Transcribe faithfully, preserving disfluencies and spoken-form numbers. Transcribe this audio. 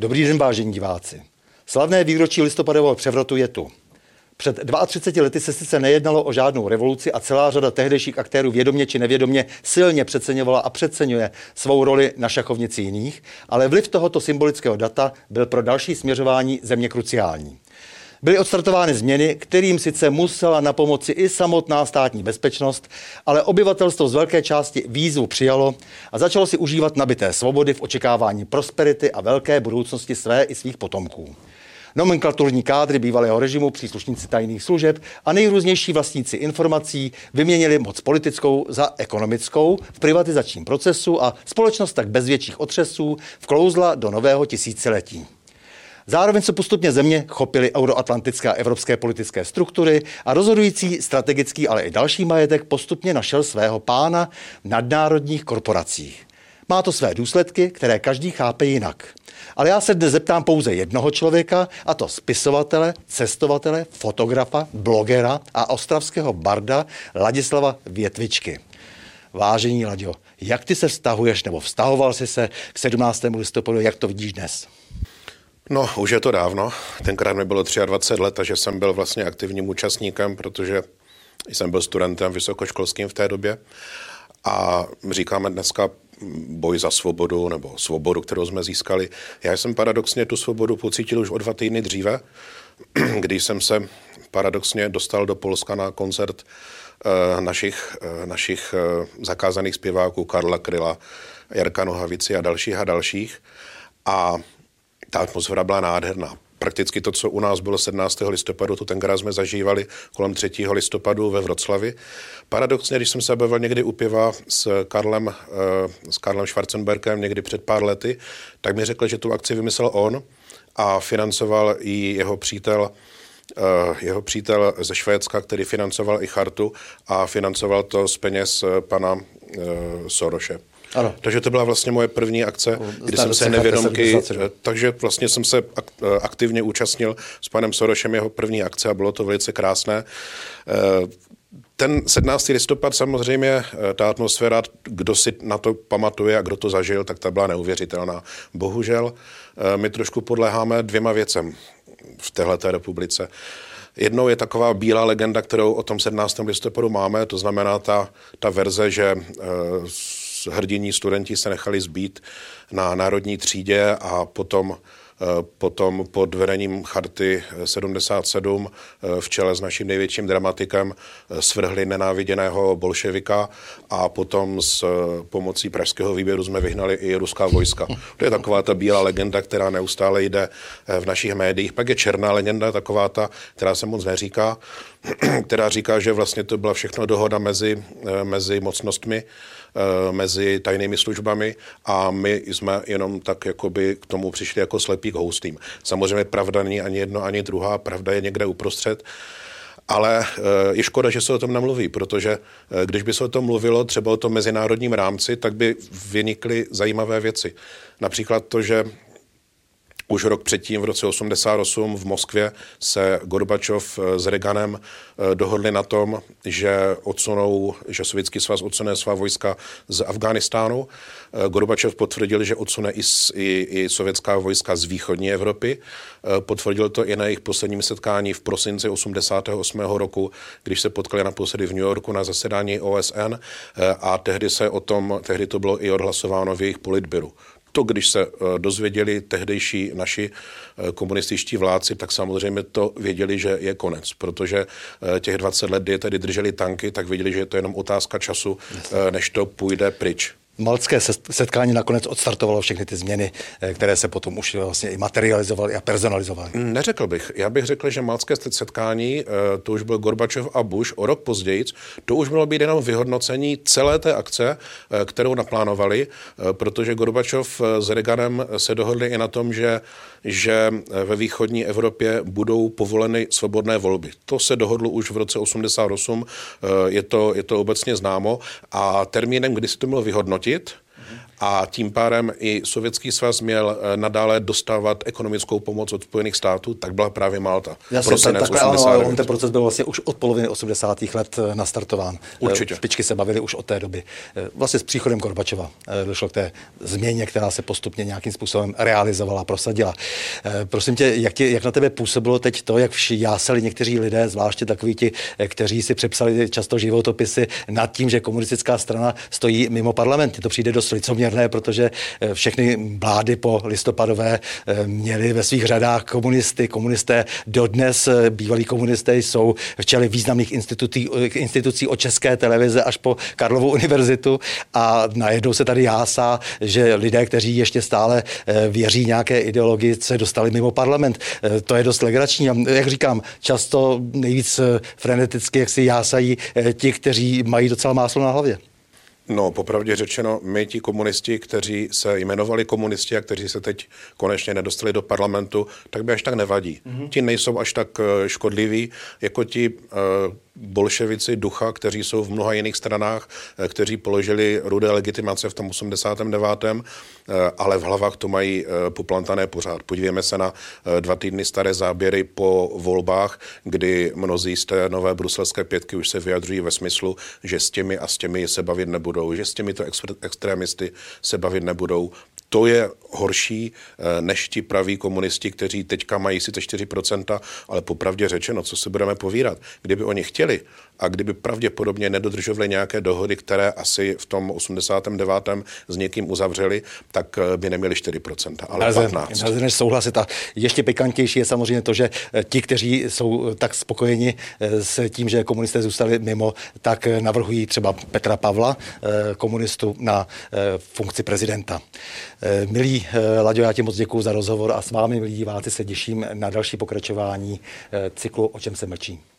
Dobrý den, vážení diváci. Slavné výročí listopadového převratu je tu. Před třiceti dvěma lety se sice nejednalo o žádnou revoluci a celá řada tehdejších aktérů vědomě či nevědomě silně přeceňovala a přeceňuje svou roli na šachovnici jiných, ale vliv tohoto symbolického data byl pro další směřování země kruciální. Byly odstartovány změny, kterým sice musela napomoci i samotná státní bezpečnost, ale obyvatelstvo z velké části výzvu přijalo a začalo si užívat nabité svobody v očekávání prosperity a velké budoucnosti své i svých potomků. Nomenklaturní kádry bývalého režimu, příslušníci tajných služeb a nejrůznější vlastníci informací vyměnili moc politickou za ekonomickou v privatizačním procesu a společnost tak bez větších otřesů vklouzla do nového tisíciletí. Zároveň se postupně země chopily euroatlantické a evropské politické struktury a rozhodující strategický, ale i další majetek postupně našel svého pána v nadnárodních korporacích. Má to své důsledky, které každý chápe jinak. Ale já se dnes zeptám pouze jednoho člověka, a to spisovatele, cestovatele, fotografa, blogera a ostravského barda Ladislava Větvičky. Vážení Laďo, jak ty se vztahuješ, nebo vztahoval jsi se k sedmnáctému listopadu, jak to vidíš dnes? No, už je to dávno. Tenkrát mi bylo dvacet tři let, takže jsem byl vlastně aktivním účastníkem, protože jsem byl studentem vysokoškolským v té době. A říkáme dneska boj za svobodu nebo svobodu, kterou jsme získali. Já jsem paradoxně tu svobodu pocítil už o dva týdny dříve, když jsem se paradoxně dostal do Polska na koncert uh, našich, uh, našich uh, zakázaných zpěváků Karla Kryla, Jarka Nohavici a dalších a dalších. A ta atmosféra byla nádherná. Prakticky to, co u nás bylo sedmnáctého listopadu, to tenkrát jsme zažívali kolem třetího listopadu ve Vroclavi. Paradoxně, když jsem se bavil někdy u piva s Karlem, s Karlem Schwarzenbergem někdy před pár lety, tak mi řekl, že tu akci vymyslel on a financoval i jeho přítel, jeho přítel ze Švédska, který financoval i chartu a financoval to z peněz pana Soroše. Ano. Takže to byla vlastně moje první akce, kdy jsem se nevědomky, takže vlastně jsem se aktivně účastnil s panem Sorošem jeho první akce a bylo to velice krásné. Ten sedmnáctého listopad samozřejmě, ta atmosféra, kdo si na to pamatuje a kdo to zažil, tak ta byla neuvěřitelná. Bohužel my trošku podléháme dvěma věcem v téhleté republice. Jednou je taková bílá legenda, kterou o tom sedmnáctém listopadu máme, to znamená ta, ta verze, že hrdiní studenti se nechali zbít na národní třídě a potom, potom pod vedením charty sedmdesát sedm v čele s naším největším dramatikem svrhli nenáviděného bolševika a potom s pomocí pražského výběru jsme vyhnali i ruská vojska. To je taková ta bílá legenda, která neustále jde v našich médiích. Pak je černá legenda, taková ta, která se moc neříká, která říká, že vlastně to byla všechno dohoda mezi, mezi mocnostmi, mezi tajnými službami a my jsme jenom tak jakoby k tomu přišli jako slepí k houstým. Samozřejmě pravda není ani jedno, ani druhá, pravda je někde uprostřed, ale je škoda, že se o tom nemluví, protože když by se o tom mluvilo třeba o tom mezinárodním rámci, tak by vynikly zajímavé věci. Například to, že už rok předtím, v roce osmdesát osm v Moskvě se Gorbačov s Reaganem dohodli na tom, že odsunou, že Sovětský svaz odsune svá vojska z Afghánistánu. Gorbačov potvrdil, že odsune i, i, i sovětská vojska z východní Evropy. Potvrdil to i na jejich posledním setkání v prosinci osmdesátého osmého roku, když se potkali naposledy v New Yorku na zasedání O S N a tehdy se o tom, tehdy to bylo i odhlasováno v jejich politbyru. To, když se dozvěděli tehdejší naši komunističtí vládci, tak samozřejmě to věděli, že je konec, protože těch dvacet let, kdy tedy drželi tanky, tak věděli, že je to jenom otázka času, než to půjde pryč. Maltské setkání nakonec odstartovalo všechny ty změny, které se potom už vlastně i materializovaly a personalizovaly. Neřekl bych. Já bych řekl, že maltské setkání, to už byl Gorbačov a Bush, o rok později, to už mělo být jenom vyhodnocení celé té akce, kterou naplánovali, protože Gorbačov s Reaganem se dohodli i na tom, že, že ve východní Evropě budou povoleny svobodné volby. To se dohodlo už v roce osmdesát osm, je to, je to obecně známo a termínem, kdy se to mělo vyhodnotit, a tím pádem i Sovětský svaz měl nadále dostávat ekonomickou pomoc od Spojených států, tak byla právě Malta. Jasně, tak, takhle, ano, ale on ten proces byl vlastně už od poloviny osmdesátých let nastartován. Určitě. Špičky se bavily už od té doby. Vlastně s příchodem Gorbačova došlo k té změně, která se postupně nějakým způsobem realizovala, prosadila. Prosím tě, jak, tě, jak na tebe působilo teď to, jak jásali někteří lidé, zvláště takoví ti, kteří si přepsali často životopisy nad tím, že komunistická strana stojí mimo parlament. To přijde dost licoměrné, protože všechny vlády po listopadové měly ve svých řadách komunisty. Komunisté dodnes, bývalí komunisté, jsou v čele významných institucí, institucí od České televize až po Karlovu univerzitu a najednou se tady jásá, že lidé, kteří ještě stále věří nějaké ideologii, se dostali mimo parlament. To je dost legrační. Jak říkám, často nejvíc freneticky, jak si jásají ti, kteří mají docela máslo na hlavě. No, popravdě řečeno, my ti komunisti, kteří se jmenovali komunisti a kteří se teď konečně nedostali do parlamentu, tak by až tak nevadí. Mm-hmm. Ti nejsou až tak škodliví, jako ti uh, bolševici ducha, kteří jsou v mnoha jiných stranách, kteří položili rudé legitimace v tom osmdesátém devátém ale v hlavách to mají poplantané pořád. Podívejme se na dva týdny staré záběry po volbách, kdy mnozí z té nové bruselské pětky už se vyjadřují ve smyslu, že s těmi a s těmi se bavit nebudou, že s těmito extrémisty se bavit nebudou. To je horší než ti praví komunisti, kteří teďka mají sice čtyři procenta, ale popravdě řečeno, co si budeme povídat, kdyby oni chtěli a kdyby pravděpodobně nedodržovali nějaké dohody, které asi v tom osmdesátém devátém s někým uzavřeli, tak by neměli čtyři procenta, ale patnáct. Nelze než souhlasit. A ještě pikantější je samozřejmě to, že ti, kteří jsou tak spokojeni s tím, že komunisté zůstali mimo, tak navrhují třeba Petra Pavla, komunistu, na funkci prezidenta. Milí Laďo, já ti moc děkuju za rozhovor a s vámi, milí diváci, se těším na další pokračování cyklu O čem se mlčí.